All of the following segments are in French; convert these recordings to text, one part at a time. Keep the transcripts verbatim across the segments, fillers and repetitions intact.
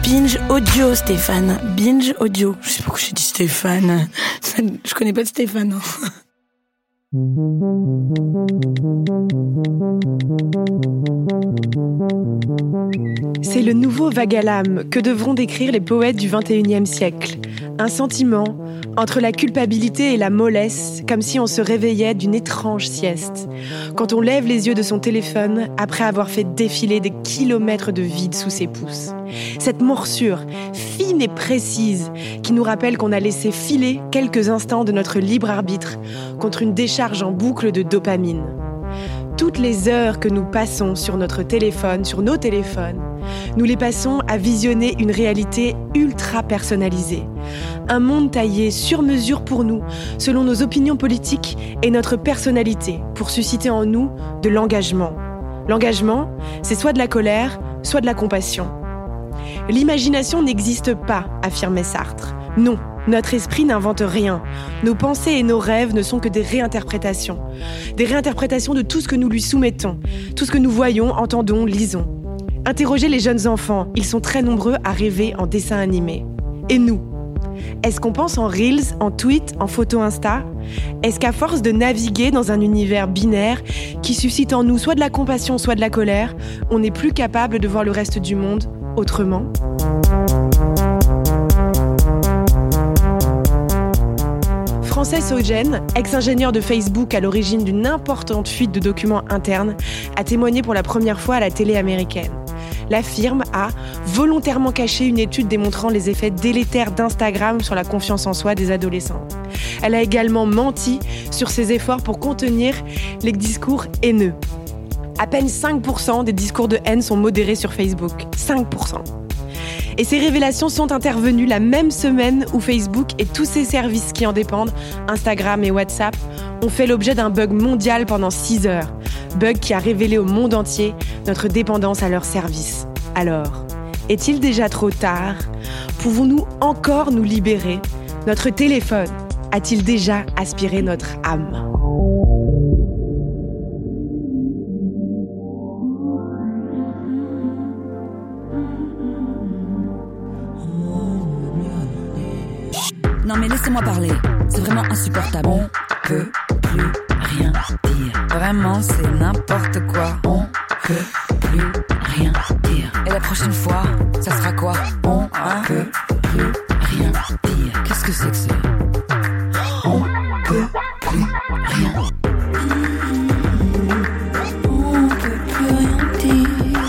Binge Audio, Stéphane. Binge Audio. Je sais pas pourquoi j'ai dit Stéphane. Je connais pas de Stéphane. Hein. C'est le nouveau vague à l'âme que devront décrire les poètes du vingt et unième siècle. Un sentiment entre la culpabilité et la mollesse, comme si on se réveillait d'une étrange sieste. Quand on lève les yeux de son téléphone après avoir fait défiler des kilomètres de vide sous ses pouces. Cette morsure fine et précise qui nous rappelle qu'on a laissé filer quelques instants de notre libre arbitre contre une décharge en boucle de dopamine. Toutes les heures que nous passons sur notre téléphone, sur nos téléphones, nous les passons à visionner une réalité ultra personnalisée. Un monde taillé sur mesure pour nous, selon nos opinions politiques et notre personnalité, pour susciter en nous de l'engagement. L'engagement, c'est soit de la colère, soit de la compassion. L'imagination n'existe pas, affirmait Sartre. Non, notre esprit n'invente rien. Nos pensées et nos rêves ne sont que des réinterprétations. Des réinterprétations de tout ce que nous lui soumettons, tout ce que nous voyons, entendons, lisons. Interrogez les jeunes enfants, ils sont très nombreux à rêver en dessin animé. Et nous ? Est-ce qu'on pense en Reels, en tweets, en photos Insta ? Est-ce qu'à force de naviguer dans un univers binaire qui suscite en nous soit de la compassion, soit de la colère, on n'est plus capable de voir le reste du monde autrement ? Frances Haugen, ex-ingénieur de Facebook à l'origine d'une importante fuite de documents internes, a témoigné pour la première fois à la télé américaine. La firme a volontairement caché une étude démontrant les effets délétères d'Instagram sur la confiance en soi des adolescents. Elle a également menti sur ses efforts pour contenir les discours haineux. À peine cinq pour cent des discours de haine sont modérés sur Facebook. cinq pour cent. Et ces révélations sont intervenues la même semaine où Facebook et tous ses services qui en dépendent, Instagram et WhatsApp, ont fait l'objet d'un bug mondial pendant six heures. Bug qui a révélé au monde entier notre dépendance à leurs services. Alors, est-il déjà trop tard ? Pouvons-nous encore nous libérer ? Notre téléphone a-t-il déjà aspiré notre âme ? Non mais laissez-moi parler, c'est vraiment insupportable. On peut plus rien dire. Vraiment, c'est n'importe quoi. On peut plus rien dire. Et la prochaine fois, ça sera quoi ? On hein peut plus rien dire. Qu'est-ce que c'est que ça ? On peut plus rien dire. On peut plus rien dire.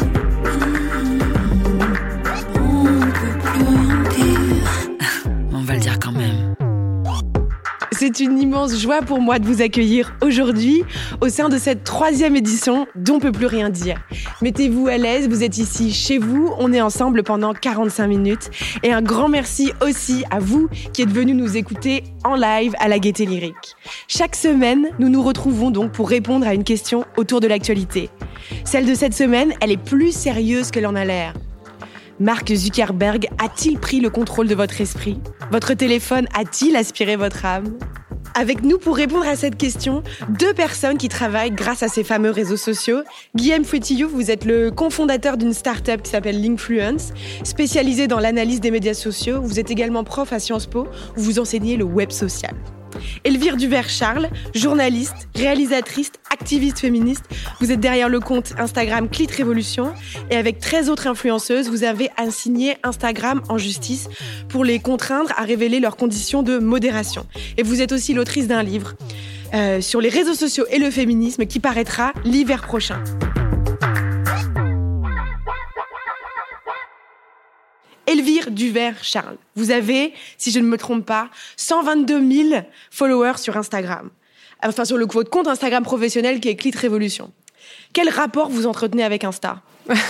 On peut plus rien dire. On va le dire quand même. C'est une immense joie pour moi de vous accueillir aujourd'hui au sein de cette troisième édition d'On peut plus rien dire. Mettez-vous à l'aise, vous êtes ici chez vous, on est ensemble pendant quarante-cinq minutes. Et un grand merci aussi à vous qui êtes venus nous écouter en live à la Gaîté Lyrique. Chaque semaine, nous nous retrouvons donc pour répondre à une question autour de l'actualité. Celle de cette semaine, elle est plus sérieuse qu'elle en a l'air. Mark Zuckerberg a-t-il pris le contrôle de votre esprit ? Votre téléphone a-t-il aspiré votre âme ? Avec nous pour répondre à cette question, deux personnes qui travaillent grâce à ces fameux réseaux sociaux. Guillaume Fouettillou, vous êtes le cofondateur d'une start-up qui s'appelle Linkfluence, spécialisée dans l'analyse des médias sociaux. Vous êtes également prof à Sciences Po, où vous enseignez le web social. Elvire Duvert-Charles, journaliste, réalisatrice, activiste féministe. Vous êtes derrière le compte Instagram Clit Révolution et avec treize autres influenceuses, vous avez assigné Instagram en justice pour les contraindre à révéler leurs conditions de modération. Et vous êtes aussi l'autrice d'un livre euh, sur les réseaux sociaux et le féminisme qui paraîtra l'hiver prochain. Elvire Duvert-Charles, vous avez, si je ne me trompe pas, cent vingt-deux mille followers sur Instagram. Enfin, sur le, votre compte Instagram professionnel qui est Clit Révolution. Quel rapport vous entretenez avec Insta ?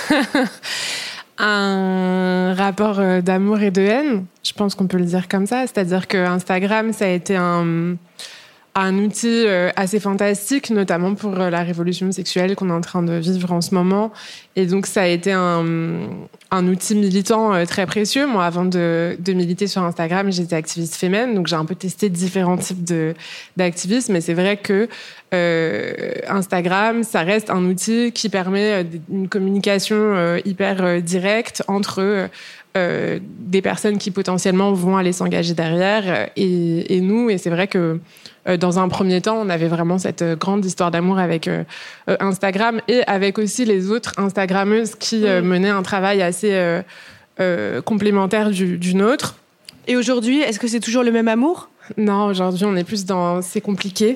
Un rapport d'amour et de haine, je pense qu'on peut le dire comme ça. C'est-à-dire que Instagram, ça a été un, un outil assez fantastique, notamment pour la révolution sexuelle qu'on est en train de vivre en ce moment. Et donc, ça a été un, un outil militant très précieux. Moi, avant de, de militer sur Instagram, j'étais activiste féminine, donc j'ai un peu testé différents types de, d'activisme. Mais c'est vrai que euh, Instagram, ça reste un outil qui permet une communication euh, hyper euh, directe entre euh, des personnes qui potentiellement vont aller s'engager derrière et, et nous. Et c'est vrai que euh, dans un premier temps, on avait vraiment cette grande histoire d'amour avec euh, Instagram et avec aussi les autres Instagrammeuses qui euh, menaient un travail assez euh, euh, complémentaire du, du nôtre. Et aujourd'hui, est-ce que c'est toujours le même amour ? Non, aujourd'hui, on est plus dans... C'est compliqué.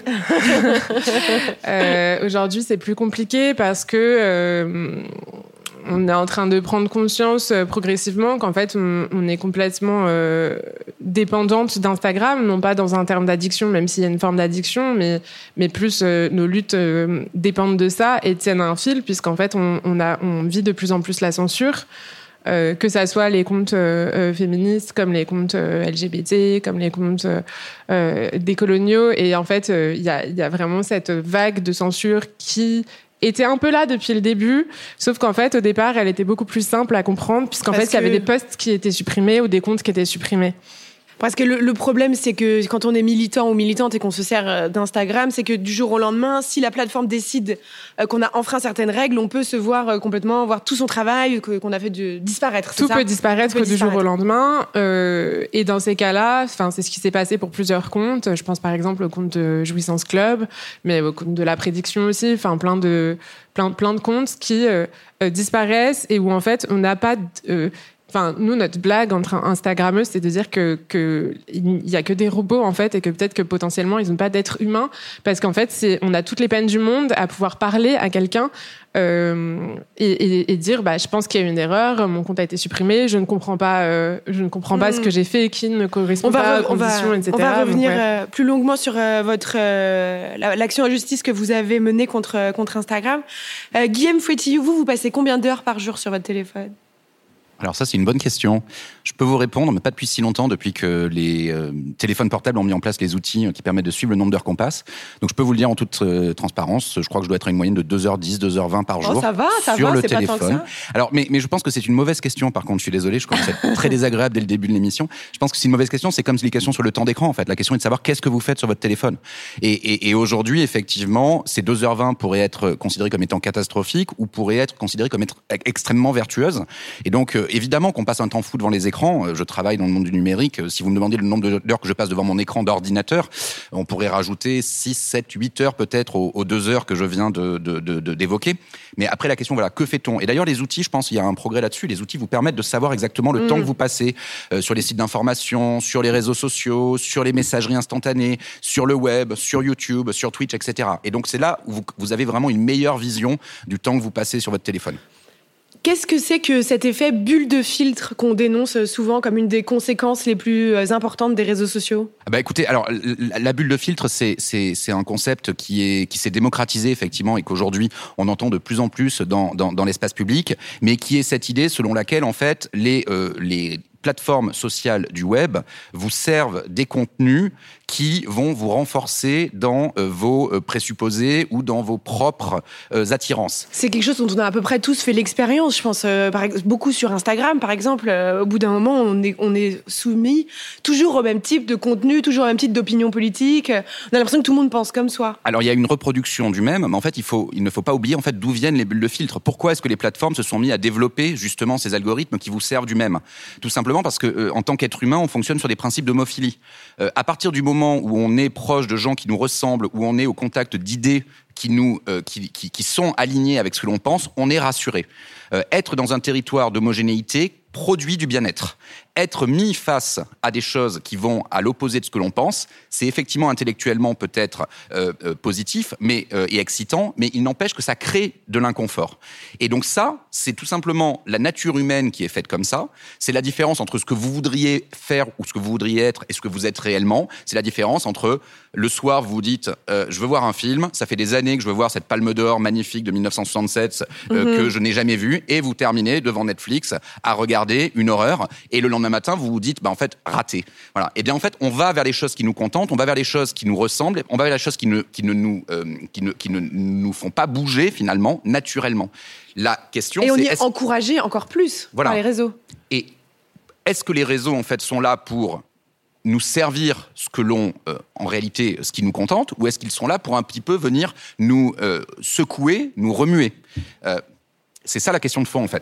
euh, aujourd'hui, c'est plus compliqué parce que... Euh, on est en train de prendre conscience euh, progressivement qu'en fait, on, on est complètement euh, dépendante d'Instagram, non pas dans un terme d'addiction, même s'il y a une forme d'addiction, mais, mais plus euh, nos luttes euh, dépendent de ça et tiennent à un fil, puisqu'en fait, on, on, a, on vit de plus en plus la censure. Euh, que ça soit les comptes euh, euh, féministes, comme les comptes euh, L G B T, comme les comptes euh, euh, décoloniaux. Et en fait, il euh, y, a, y a vraiment cette vague de censure qui était un peu là depuis le début, sauf qu'en fait, au départ, elle était beaucoup plus simple à comprendre, puisqu'en Parce fait, il y avait des posts qui étaient supprimés ou des comptes qui étaient supprimés. Parce que le, le problème, c'est que quand on est militant ou militante et qu'on se sert d'Instagram, c'est que du jour au lendemain, si la plateforme décide qu'on a enfreint certaines règles, on peut se voir complètement, voir tout son travail qu'on a fait de, disparaître. Tout c'est ça peut disparaître tout peut du disparaître. jour au lendemain. Euh, et dans ces cas-là, c'est ce qui s'est passé pour plusieurs comptes. Je pense par exemple au compte de Jouissance Club, mais au compte de La Prédiction aussi. Enfin, plein de, plein, plein de comptes qui euh, euh, disparaissent et où en fait, on n'a pas... Euh, Enfin, nous, notre blague entre Instagrammeuses, c'est de dire que que il y a que des robots en fait, et que peut-être que potentiellement ils n'ont pas d'être humains, parce qu'en fait, c'est on a toutes les peines du monde à pouvoir parler à quelqu'un euh, et, et, et dire, bah, je pense qu'il y a eu une erreur, mon compte a été supprimé, je ne comprends pas, euh, je ne comprends pas mmh. ce que j'ai fait, qui ne correspond pas aux conditions, va, et cetera. On va revenir Donc, ouais. euh, plus longuement sur euh, votre euh, l'action en justice que vous avez menée contre contre Instagram. Euh, Guillaume Fouettillou, vous, vous passez combien d'heures par jour sur votre téléphone ? Alors ça, c'est une bonne question. Je peux vous répondre, mais pas depuis si longtemps, depuis que les euh, téléphones portables ont mis en place les outils qui permettent de suivre le nombre d'heures qu'on passe. Donc je peux vous le dire en toute euh, transparence, je crois que je dois être à une moyenne de deux heures dix, deux heures vingt par jour oh, ça va, ça sur va, le c'est téléphone. Pas tant que ça. Alors, mais, mais je pense que c'est une mauvaise question, par contre, je suis désolé, je commence à être très désagréable dès le début de l'émission. Je pense que c'est une mauvaise question, c'est comme les questions sur le temps d'écran, en fait. La question est de savoir qu'est-ce que vous faites sur votre téléphone. Et, et, et aujourd'hui, effectivement, ces deux heures vingt pourraient être considérées comme étant catastrophiques ou pourraient être considérées comme être extrêmement vertueuses. Et donc, euh, évidemment qu'on passe un temps fou devant les écrans. Je travaille dans le monde du numérique. Si vous me demandez le nombre d'heures que je passe devant mon écran d'ordinateur, on pourrait rajouter six, sept, huit heures peut-être aux, aux deux heures que je viens de, de, de, de, d'évoquer. Mais après, la question, voilà, que fait-on ? Et d'ailleurs, les outils, je pense qu'il y a un progrès là-dessus. Les outils vous permettent de savoir exactement le mmh. temps que vous passez euh, sur les sites d'information, sur les réseaux sociaux, sur les messageries instantanées, sur le web, sur YouTube, sur Twitch, et cetera. Et donc, c'est là où vous, vous avez vraiment une meilleure vision du temps que vous passez sur votre téléphone. Qu'est-ce que c'est que cet effet bulle de filtre qu'on dénonce souvent comme une des conséquences les plus importantes des réseaux sociaux ? Bah écoutez, alors la, la bulle de filtre, c'est c'est c'est un concept qui est qui s'est démocratisé effectivement et qu'aujourd'hui on entend de plus en plus dans dans dans l'espace public, mais qui est cette idée selon laquelle en fait les euh, les plateformes sociales du web vous servent des contenus qui vont vous renforcer dans euh, vos euh, présupposés ou dans vos propres euh, attirances. C'est quelque chose dont on a à peu près tous fait l'expérience, je pense, euh, par ex- beaucoup sur Instagram, par exemple. Euh, au bout d'un moment, on est, on est soumis toujours au même type de contenu, toujours au même type d'opinion politique. On a l'impression que tout le monde pense comme soi. Alors, il y a une reproduction du même, mais en fait, il, faut, il ne faut pas oublier en fait, d'où viennent les bulles de filtre. Pourquoi est-ce que les plateformes se sont mis à développer justement ces algorithmes qui vous servent du même ? Tout simplement parce que, euh, en tant qu'être humain, on fonctionne sur des principes d'homophilie. Euh, à partir du moment où on est proche de gens qui nous ressemblent, où on est au contact d'idées qui nous, euh, qui, qui, qui sont alignées avec ce que l'on pense, on est rassuré. Euh, être dans un territoire d'homogénéité produit du bien-être. Être mis face à des choses qui vont à l'opposé de ce que l'on pense, c'est effectivement intellectuellement peut-être euh, euh, positif mais, euh, et excitant, mais il n'empêche que ça crée de l'inconfort. Et donc ça, c'est tout simplement la nature humaine qui est faite comme ça. C'est la différence entre ce que vous voudriez faire ou ce que vous voudriez être et ce que vous êtes réellement. C'est la différence entre le soir, vous vous dites euh, « je veux voir un film, ça fait des années que je veux voir cette Palme d'Or magnifique de dix-neuf cent soixante-sept euh, mm-hmm. que je n'ai jamais vue » et vous terminez devant Netflix à regarder une horreur et le lendemain matin, vous vous dites, bah, en fait, raté. Voilà. Et bien, en fait, on va vers les choses qui nous contentent, on va vers les choses qui nous ressemblent, on va vers les choses qui ne, qui ne nous, euh, qui ne, qui ne nous font pas bouger, finalement, naturellement. La question, et on c'est... y est est-ce... encouragé encore plus voilà. par les réseaux. Et est-ce que les réseaux, en fait, sont là pour nous servir ce que l'on, euh, en réalité, ce qui nous contente, ou est-ce qu'ils sont là pour un petit peu venir nous euh, secouer, nous remuer ? euh, C'est ça la question de fond, en fait.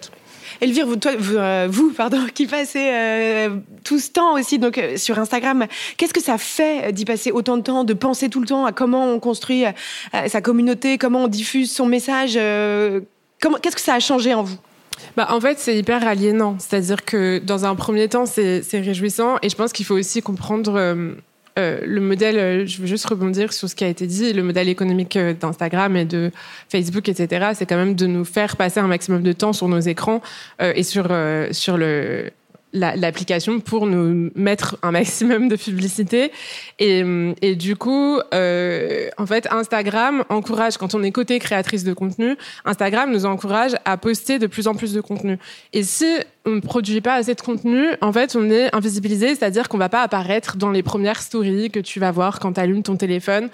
Elvire, vous, toi, vous, euh, vous pardon, qui passez euh, tout ce temps aussi donc, euh, sur Instagram, qu'est-ce que ça fait d'y passer autant de temps, de penser tout le temps à comment on construit euh, sa communauté, comment on diffuse son message euh, comment, qu'est-ce que ça a changé en vous ? Bah, en fait, c'est hyper aliénant. C'est-à-dire que dans un premier temps, c'est, c'est réjouissant. Et je pense qu'il faut aussi comprendre euh, euh, le modèle, euh, je veux juste rebondir sur ce qui a été dit, le modèle économique euh, d'Instagram et de Facebook, et cetera. C'est quand même de nous faire passer un maximum de temps sur nos écrans euh, et sur, euh, sur le... La, l'application pour nous mettre un maximum de publicité et, et du coup euh, en fait Instagram encourage, quand on est côté créatrice de contenu, Instagram nous encourage à poster de plus en plus de contenu et si on ne produit pas assez de contenu, en fait on est invisibilisé, c'est-à-dire qu'on va pas apparaître dans les premières stories que tu vas voir quand tu allumes ton téléphone.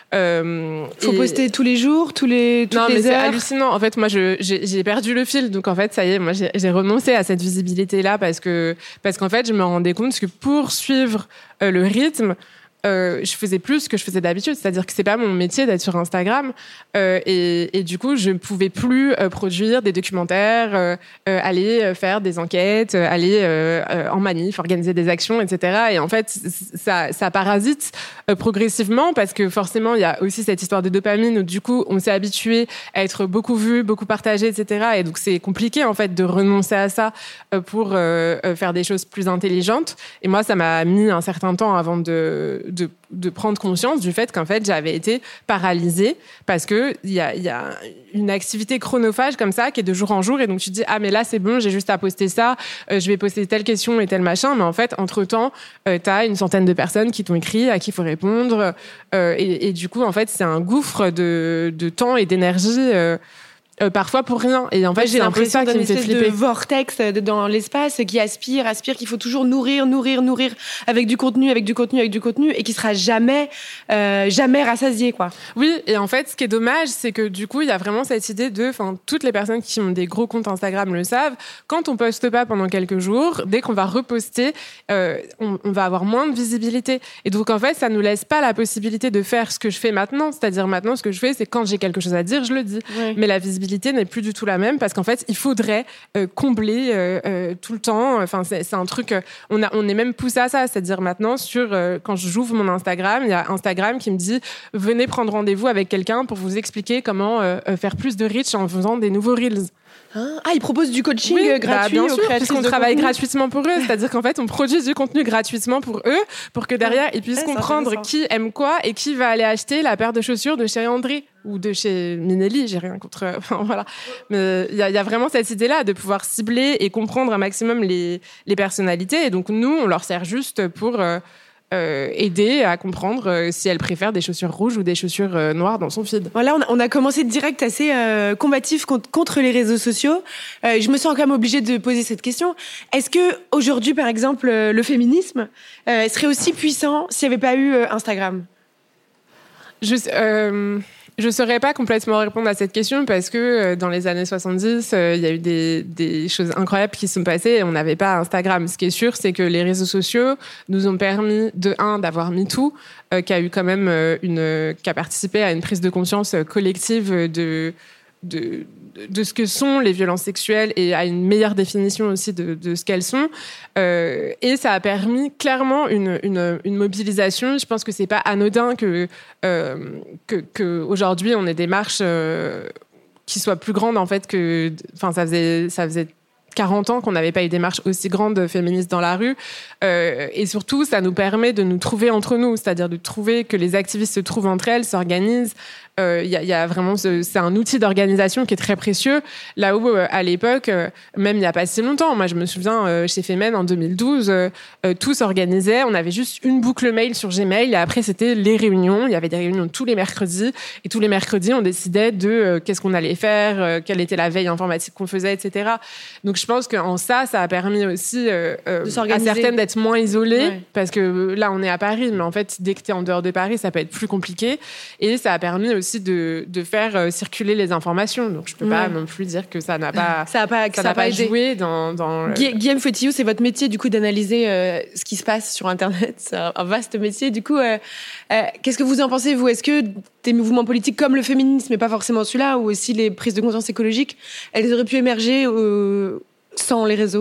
Euh, faut et... poster tous les jours, tous les toutes non, les mais heures. C'est hallucinant. En fait, moi, je, j'ai, j'ai perdu le fil. Donc, en fait, ça y est, moi, j'ai, j'ai renoncé à cette visibilité-là parce que parce qu'en fait, je me rendais compte que pour suivre euh, le rythme, euh, je faisais plus ce que je faisais d'habitude. C'est-à-dire que c'est pas mon métier d'être sur Instagram. Euh, et, et du coup, je ne pouvais plus euh, produire des documentaires, euh, euh, aller faire des enquêtes, euh, aller euh, euh, en manif, organiser des actions, et cetera. Et en fait, ça, ça parasite euh, progressivement parce que forcément, il y a aussi cette histoire de dopamine où du coup, on s'est habitué à être beaucoup vu, beaucoup partagé, et cetera. Et donc, c'est compliqué en fait de renoncer à ça euh, pour euh, faire des choses plus intelligentes. Et moi, ça m'a mis un certain temps avant de De, de prendre conscience du fait qu'en fait j'avais été paralysée parce que il y a, y a une activité chronophage comme ça qui est de jour en jour et donc tu te dis ah mais là c'est bon, j'ai juste à poster ça, euh, je vais poster telle question et tel machin, mais en fait entre temps euh, t'as une centaine de personnes qui t'ont écrit, à qui il faut répondre euh, et, et du coup en fait c'est un gouffre de, de temps et d'énergie euh, Euh, parfois pour rien. Et en fait, j'ai c'est un peu ça l'impression qui me fait flipper. De vortex dans l'espace qui aspire, aspire, qu'il faut toujours nourrir, nourrir, nourrir avec du contenu, avec du contenu, avec du contenu, et qui sera jamais, euh, jamais rassasié, quoi. Oui, et en fait, ce qui est dommage, c'est que du coup, il y a vraiment cette idée de, enfin, toutes les personnes qui ont des gros comptes Instagram le savent. Quand on poste pas pendant quelques jours, dès qu'on va reposter, euh, on, on va avoir moins de visibilité. Et donc, en fait, ça nous laisse pas la possibilité de faire ce que je fais maintenant. C'est-à-dire maintenant, ce que je fais, c'est quand j'ai quelque chose à dire, je le dis. Oui. Mais la visibilité n'est plus du tout la même parce qu'en fait il faudrait euh, combler euh, euh, tout le temps, enfin c'est, c'est un truc euh, on a on est même poussé à ça, c'est-à-dire maintenant sur euh, quand j'ouvre mon Instagram, il y a Instagram qui me dit venez prendre rendez-vous avec quelqu'un pour vous expliquer comment euh, faire plus de reach en faisant des nouveaux reels. Ah, ils proposent du coaching oui, gratuit bah, bien sûr, puisqu'on travaille contenu. gratuitement pour eux. C'est-à-dire qu'en fait, on produit du contenu gratuitement pour eux, pour que derrière, ils puissent ouais, comprendre qui aime quoi et qui va aller acheter la paire de chaussures de chez André ou de chez Minelli. J'ai rien contre... Enfin, voilà. Mais il y a, y a vraiment cette idée-là de pouvoir cibler et comprendre un maximum les, les personnalités. Et donc, nous, on leur sert juste pour... Euh, Euh, aider à comprendre euh, si elle préfère des chaussures rouges ou des chaussures euh, noires dans son feed. Voilà, on a, on a commencé direct assez euh, combatif contre, contre les réseaux sociaux. Euh, je me sens quand même obligée de poser cette question. Est-ce que aujourd'hui, par exemple, euh, le féminisme euh, serait aussi puissant s'il n'y avait pas eu euh, Instagram ? Je... Euh... Je ne saurais pas complètement répondre à cette question parce que euh, dans les années soixante-dix, il euh, y a eu des, des choses incroyables qui se sont passées et on n'avait pas Instagram. Ce qui est sûr, c'est que les réseaux sociaux nous ont permis, de un, d'avoir MeToo, euh, qui a eu quand même euh, une, qui a participé à une prise de conscience collective de, de, de ce que sont les violences sexuelles et à une meilleure définition aussi de, de ce qu'elles sont. Euh, et ça a permis clairement une, une, une mobilisation. Je pense que c'est pas anodin que, euh, que, que aujourd'hui on ait des marches euh, qui soient plus grandes en fait que, enfin ça faisait, ça faisait quarante ans qu'on n'avait pas eu des marches aussi grandes féministes dans la rue. Euh, et surtout, ça nous permet de nous trouver entre nous, c'est-à-dire de trouver que les activistes se trouvent entre elles, s'organisent. Il euh, y, a, y a vraiment, ce, c'est un outil d'organisation qui est très précieux. Là où, euh, à l'époque, euh, même il n'y a pas si longtemps, moi je me souviens, euh, chez Femen en deux mille douze, euh, euh, tout s'organisait. On avait juste une boucle mail sur Gmail et après c'était les réunions. Il y avait des réunions tous les mercredis et tous les mercredis on décidait de euh, qu'est-ce qu'on allait faire, euh, quelle était la veille informatique qu'on faisait, et cetera. Donc je pense qu'en ça, ça a permis aussi euh, euh, à certaines d'être moins isolées ouais. Parce que là on est à Paris, mais en fait dès que tu es en dehors de Paris, ça peut être plus compliqué et ça a permis aussi aussi de, de faire euh, circuler les informations. Donc, je peux ouais. pas non plus dire que ça n'a pas, ça a pas, ça ça n'a pas, pas joué dans... dans euh... Guillaume Fotillou, c'est votre métier, du coup, d'analyser euh, ce qui se passe sur Internet. C'est un vaste métier. Du coup, euh, euh, qu'est-ce que vous en pensez, vous ? Est-ce que des mouvements politiques comme le féminisme, mais pas forcément celui-là, ou aussi les prises de conscience écologiques, elles auraient pu émerger euh, sans les réseaux ?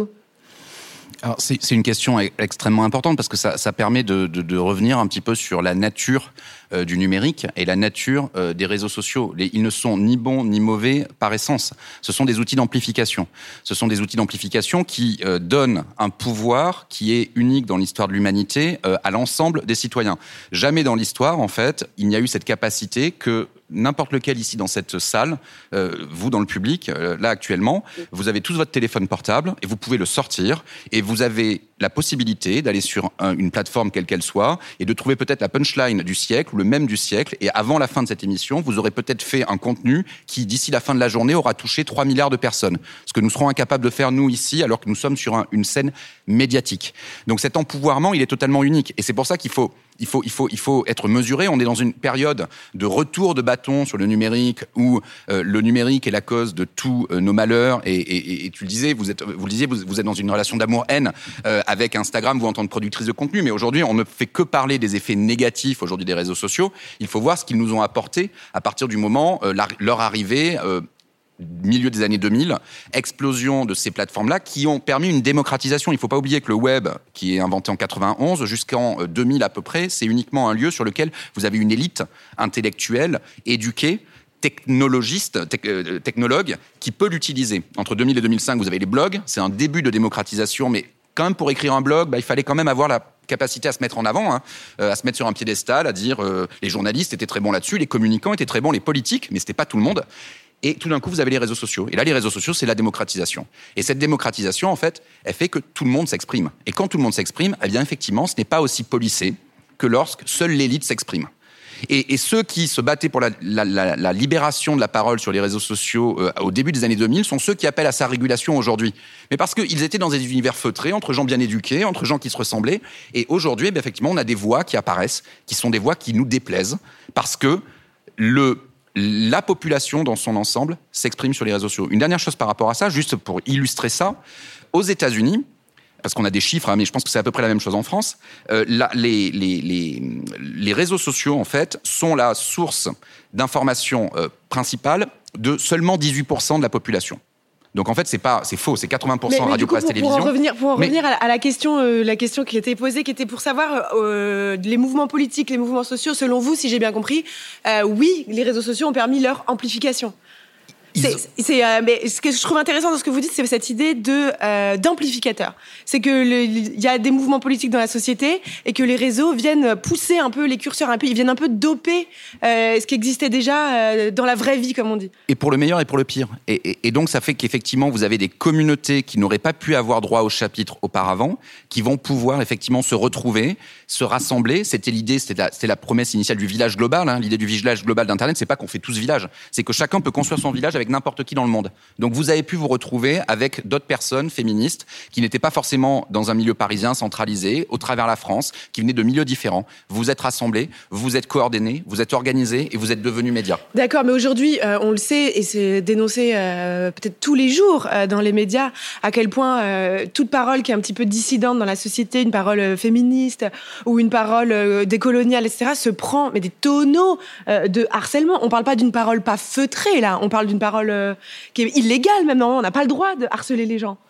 Alors, c'est, c'est une question extrêmement importante parce que ça, ça permet de, de, de revenir un petit peu sur la nature euh, du numérique et la nature euh, des réseaux sociaux. Les, ils ne sont ni bons ni mauvais par essence. Ce sont des outils d'amplification. Ce sont des outils d'amplification qui euh, donnent un pouvoir qui est unique dans l'histoire de l'humanité euh, à l'ensemble des citoyens. Jamais dans l'histoire, en fait, il n'y a eu cette capacité que n'importe lequel ici dans cette salle, euh, vous dans le public, euh, là actuellement, vous avez tous votre téléphone portable et vous pouvez le sortir et vous avez la possibilité d'aller sur un, une plateforme quelle qu'elle soit et de trouver peut-être la punchline du siècle ou le mème du siècle et avant la fin de cette émission, vous aurez peut-être fait un contenu qui, d'ici la fin de la journée, aura touché trois milliards de personnes. Ce que nous serons incapables de faire, nous, ici, alors que nous sommes sur un, une scène médiatique. Donc cet empouvoirment, il est totalement unique et c'est pour ça qu'il faut Il faut, il, faut, il faut être mesuré. On est dans une période de retour de bâton sur le numérique où euh, le numérique est la cause de tous euh, nos malheurs. Et, et, et tu le disais, vous, êtes, vous le disiez, vous, vous êtes dans une relation d'amour-haine euh, avec Instagram, vous en tant que productrice de contenu. Mais aujourd'hui, on ne fait que parler des effets négatifs aujourd'hui des réseaux sociaux. Il faut voir ce qu'ils nous ont apporté à partir du moment, euh, la, leur arrivée... Euh, milieu des années deux mille, explosion de ces plateformes-là qui ont permis une démocratisation. Il ne faut pas oublier que le web, qui est inventé en quatre-vingt-onze, jusqu'en deux mille à peu près, c'est uniquement un lieu sur lequel vous avez une élite intellectuelle, éduquée, technologiste, tec- euh, technologue, qui peut l'utiliser. Entre deux mille et deux mille cinq, vous avez les blogs, c'est un début de démocratisation, mais quand même pour écrire un blog, bah, il fallait quand même avoir la capacité à se mettre en avant, hein, euh, à se mettre sur un piédestal, à dire euh, les journalistes étaient très bons là-dessus, les communicants étaient très bons, les politiques, mais c'était pas tout le monde. Et tout d'un coup, vous avez les réseaux sociaux. Et là, les réseaux sociaux, c'est la démocratisation. Et cette démocratisation, en fait, elle fait que tout le monde s'exprime. Et quand tout le monde s'exprime, eh bien, effectivement, ce n'est pas aussi policé que lorsque seule l'élite s'exprime. Et, et ceux qui se battaient pour la, la, la, la libération de la parole sur les réseaux sociaux euh, au début des années deux mille sont ceux qui appellent à sa régulation aujourd'hui. Mais parce qu'ils étaient dans des univers feutrés, entre gens bien éduqués, entre gens qui se ressemblaient. Et aujourd'hui, eh bien, effectivement, on a des voix qui apparaissent, qui sont des voix qui nous déplaisent, parce que le... la population dans son ensemble s'exprime sur les réseaux sociaux. Une dernière chose par rapport à ça, juste pour illustrer ça, aux États-Unis, parce qu'on a des chiffres, hein, mais je pense que c'est à peu près la même chose en France, euh, la, les, les, les, les réseaux sociaux, en fait, sont la source d'information euh, principale de seulement dix-huit pour cent de la population. Donc en fait c'est pas c'est faux, c'est quatre-vingts pour cent mais, mais radio, coup, presse, pour, télévision. Pour en revenir, pour en mais... revenir à, à la question, euh, la question qui était posée, qui était pour savoir euh, les mouvements politiques, les mouvements sociaux. Selon vous, si j'ai bien compris, euh, oui, les réseaux sociaux ont permis leur amplification. C'est, c'est, euh, mais ce que je trouve intéressant dans ce que vous dites, c'est cette idée de euh, d'amplificateur. C'est que il y a des mouvements politiques dans la société et que les réseaux viennent pousser un peu les curseurs, un peu, ils viennent un peu doper euh, ce qui existait déjà euh, dans la vraie vie, comme on dit. Et pour le meilleur et pour le pire. Et, et, et donc ça fait qu'effectivement vous avez des communautés qui n'auraient pas pu avoir droit au chapitre auparavant, qui vont pouvoir effectivement se retrouver, se rassembler. C'était l'idée, c'était la, c'était la promesse initiale du village global. Hein. L'idée du village global d'Internet, c'est pas qu'on fait tous village, c'est que chacun peut construire son village avec n'importe qui dans le monde. Donc vous avez pu vous retrouver avec d'autres personnes féministes qui n'étaient pas forcément dans un milieu parisien centralisé, au travers la France, qui venaient de milieux différents. Vous êtes rassemblés, vous êtes coordonnés, vous êtes organisés et vous êtes devenus médias. D'accord, mais aujourd'hui, euh, on le sait, et c'est dénoncé euh, peut-être tous les jours euh, dans les médias, à quel point euh, toute parole qui est un petit peu dissidente dans la société, une parole euh, féministe ou une parole euh, décoloniale, et cetera, se prend mais des tonneaux euh, de harcèlement. On parle pas d'une parole pas feutrée, là, on parle d'une parole euh, qui est illégale même, non, on n'a pas le droit de harceler les gens.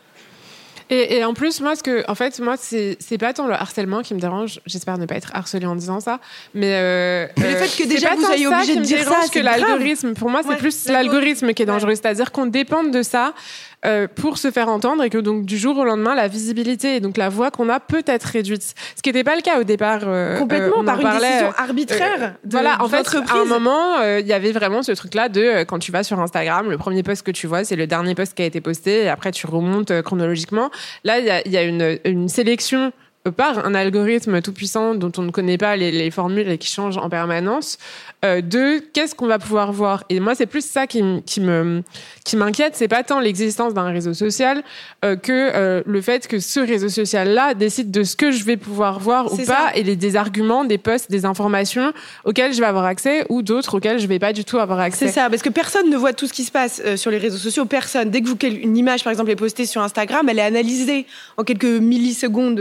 Et, et en plus, moi, ce que, en fait, moi, c'est, c'est pas tant le harcèlement qui me dérange. J'espère ne pas être harcelée en disant ça, mais, euh, mais le fait que déjà vous soyez obligé de dire ça, c'est que grave. L'algorithme. Pour moi, c'est ouais, plus l'algorithme qui est dangereux, ouais. C'est-à-dire qu'on dépende de ça. Euh, pour se faire entendre et que donc du jour au lendemain la visibilité et donc la voix qu'on a peut être réduite, ce qui n'était pas le cas au départ. Euh, complètement euh, on par en une parlait, décision arbitraire. Euh, de, voilà, en fait, à un moment, il euh, y avait vraiment ce truc-là de euh, quand tu vas sur Instagram, le premier post que tu vois, c'est le dernier post qui a été posté et après tu remontes euh, chronologiquement. Là, il y a, y a une, une sélection par un algorithme tout puissant dont on ne connaît pas les, les formules et qui change en permanence, euh, de qu'est-ce qu'on va pouvoir voir. Et moi, c'est plus ça qui, qui, me, qui m'inquiète. C'est pas tant l'existence d'un réseau social euh, que euh, le fait que ce réseau social-là décide de ce que je vais pouvoir voir c'est ou ça. Pas, et les, des arguments, des posts, des informations auxquelles je vais avoir accès ou d'autres auxquelles je vais pas du tout avoir accès. C'est ça, parce que personne ne voit tout ce qui se passe euh, sur les réseaux sociaux. Personne. Dès que vous, une image, par exemple, est postée sur Instagram, elle est analysée en quelques millisecondes par euh,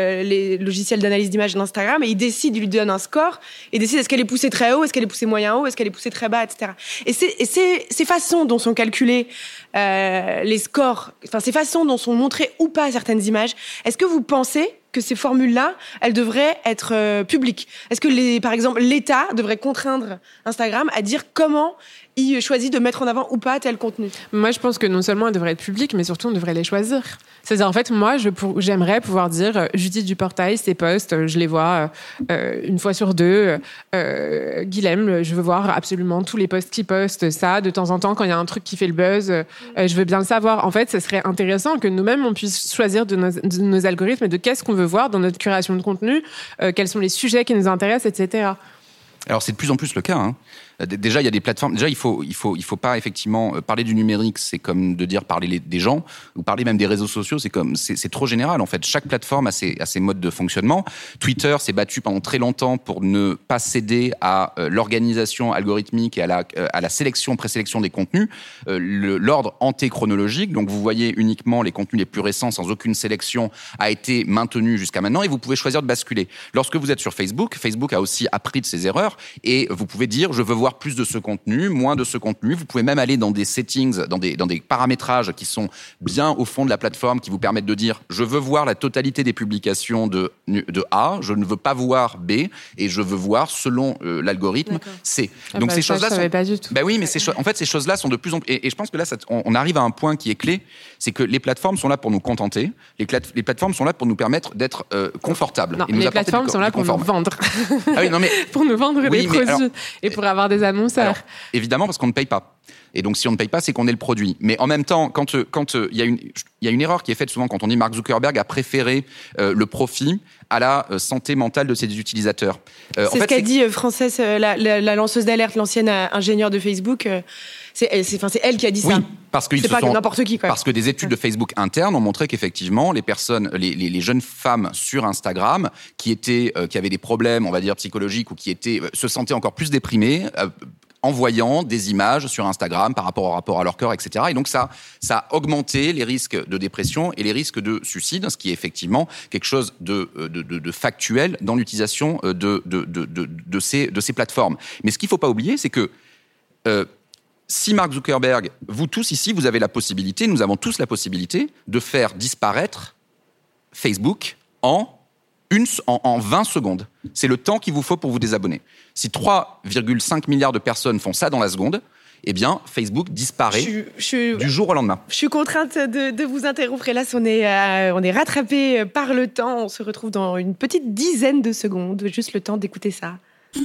euh, les logiciels d'analyse d'image d'Instagram et il décide, il lui donne un score et décide est-ce qu'elle est poussée très haut, est-ce qu'elle est poussée moyen haut, est-ce qu'elle est poussée très bas, et cetera. Et, c'est, et c'est, ces façons dont sont calculés euh, les scores, enfin ces façons dont sont montrées ou pas certaines images, est-ce que vous pensez que ces formules-là, elles devraient être euh, publiques? Est-ce que, les, par exemple, l'État devrait contraindre Instagram à dire comment il choisit de mettre en avant ou pas tel contenu? Moi, je pense que non seulement elles devraient être publiques, mais surtout on devrait les choisir. C'est-à-dire, en fait, moi, je pour, j'aimerais pouvoir dire euh, Judith Duportail, ses posts, euh, je les vois euh, une fois sur deux. Euh, Guilhem, je veux voir absolument tous les posts qui postent ça. De temps en temps, quand il y a un truc qui fait le buzz, euh, je veux bien le savoir. En fait, ce serait intéressant que nous-mêmes, on puisse choisir de nos, de nos algorithmes et de qu'est-ce qu'on veut voir dans notre curation de contenu, euh, quels sont les sujets qui nous intéressent, et cetera. Alors c'est de plus en plus le cas. Hein. Déjà, il y a des plateformes. Déjà, il faut, il faut, il faut pas effectivement parler du numérique. C'est comme de dire parler des gens ou parler même des réseaux sociaux. C'est comme, c'est, c'est trop général en fait. Chaque plateforme a ses, a ses modes de fonctionnement. Twitter s'est battu pendant très longtemps pour ne pas céder à euh, l'organisation algorithmique et à la, euh, à la sélection, présélection des contenus. Euh, le, l'ordre antéchronologique. Donc, vous voyez uniquement les contenus les plus récents sans aucune sélection a été maintenu jusqu'à maintenant et vous pouvez choisir de basculer. Lorsque vous êtes sur Facebook, Facebook a aussi appris de ses erreurs et vous pouvez dire je veux voir plus de ce contenu, moins de ce contenu. Vous pouvez même aller dans des settings, dans des, dans des paramétrages qui sont bien au fond de la plateforme, qui vous permettent de dire je veux voir la totalité des publications de, de A, je ne veux pas voir B, et je veux voir, selon euh, l'algorithme, D'accord. C. Ah Donc bah, ces ça, choses-là je sont... pas du tout. Bah oui, mais ces cho... en fait, ces choses-là sont de plus en plus... Et, et je pense que là, ça... on, on arrive à un point qui est clé, c'est que les plateformes sont là pour nous contenter, les, cla... les plateformes sont là pour nous permettre d'être euh, confortables. Non, et nous les plateformes du... sont là pour nous vendre. Ah oui, non, mais... pour nous vendre oui, des produits alors... et pour avoir des annonceurs. Alors, évidemment, parce qu'on ne paye pas. Et donc, si on ne paye pas, c'est qu'on est le produit. Mais en même temps, quand il quand, euh, y, y a une erreur qui est faite souvent quand on dit Mark Zuckerberg a préféré euh, le profit à la euh, santé mentale de ses utilisateurs. Euh, c'est en fait, ce qu'a c'est... dit euh, Frances, euh, la, la, la lanceuse d'alerte, l'ancienne euh, ingénieure de Facebook. Euh, c'est, c'est, c'est elle qui a dit oui, ça. Parce que c'est pas sont, n'importe qui. Quoi. Parce que des études de Facebook internes ont montré qu'effectivement, les personnes, les, les, les jeunes femmes sur Instagram qui étaient, euh, qui avaient des problèmes, on va dire psychologiques, ou qui étaient, euh, se sentaient encore plus déprimées. Euh, en voyant des images sur Instagram par rapport au rapport à leur cœur, et cetera. Et donc ça, ça a augmenté les risques de dépression et les risques de suicide, ce qui est effectivement quelque chose de, de, de, de factuel dans l'utilisation de, de, de, de, de, ces, de ces plateformes. Mais ce qu'il ne faut pas oublier, c'est que euh, si Mark Zuckerberg, vous tous ici, vous avez la possibilité, nous avons tous la possibilité de faire disparaître Facebook en... Une, en, en vingt secondes. C'est le temps qu'il vous faut pour vous désabonner. Si trois virgule cinq milliards de personnes font ça dans la seconde, eh bien, Facebook disparaît je, je, du jour au lendemain. Je suis contrainte de, de vous interrompre. Hélas, on est, euh, on est rattrapé par le temps. On se retrouve dans une petite dizaine de secondes. Juste le temps d'écouter ça.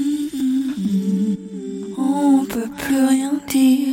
On peut plus rien dire.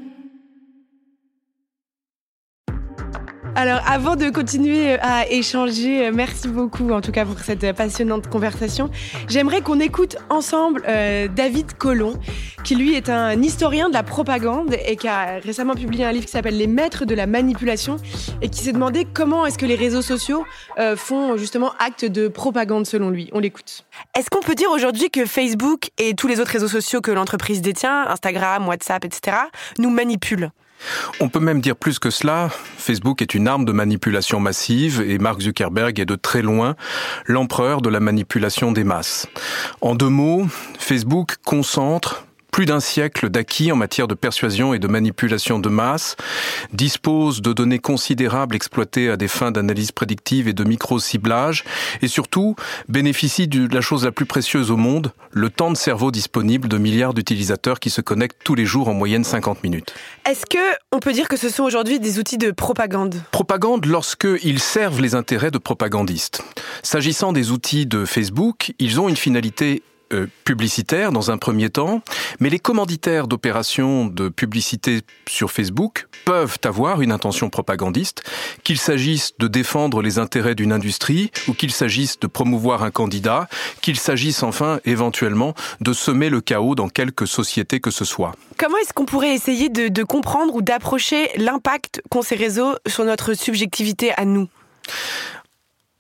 Alors, avant de continuer à échanger, merci beaucoup en tout cas pour cette passionnante conversation. J'aimerais qu'on écoute ensemble euh, David Colomb, qui lui est un historien de la propagande et qui a récemment publié un livre qui s'appelle « Les maîtres de la manipulation » et qui s'est demandé comment est-ce que les réseaux sociaux euh, font justement acte de propagande selon lui. On l'écoute. Est-ce qu'on peut dire aujourd'hui que Facebook et tous les autres réseaux sociaux que l'entreprise détient, Instagram, WhatsApp, et cetera, nous manipulent ? On peut même dire plus que cela, Facebook est une arme de manipulation massive et Mark Zuckerberg est de très loin l'empereur de la manipulation des masses. En deux mots, Facebook concentre plus d'un siècle d'acquis en matière de persuasion et de manipulation de masse, dispose de données considérables exploitées à des fins d'analyse prédictive et de micro-ciblage, et surtout bénéficie de la chose la plus précieuse au monde, le temps de cerveau disponible de milliards d'utilisateurs qui se connectent tous les jours en moyenne cinquante minutes. Est-ce que on peut dire que ce sont aujourd'hui des outils de propagande ? Propagande lorsqu'ils servent les intérêts de propagandistes. S'agissant des outils de Facebook, ils ont une finalité Euh, publicitaire dans un premier temps, mais les commanditaires d'opérations de publicité sur Facebook peuvent avoir une intention propagandiste, qu'il s'agisse de défendre les intérêts d'une industrie ou qu'il s'agisse de promouvoir un candidat, qu'il s'agisse enfin éventuellement de semer le chaos dans quelque société que ce soit. Comment est-ce qu'on pourrait essayer de, de comprendre ou d'approcher l'impact qu'ont ces réseaux sur notre subjectivité à nous ?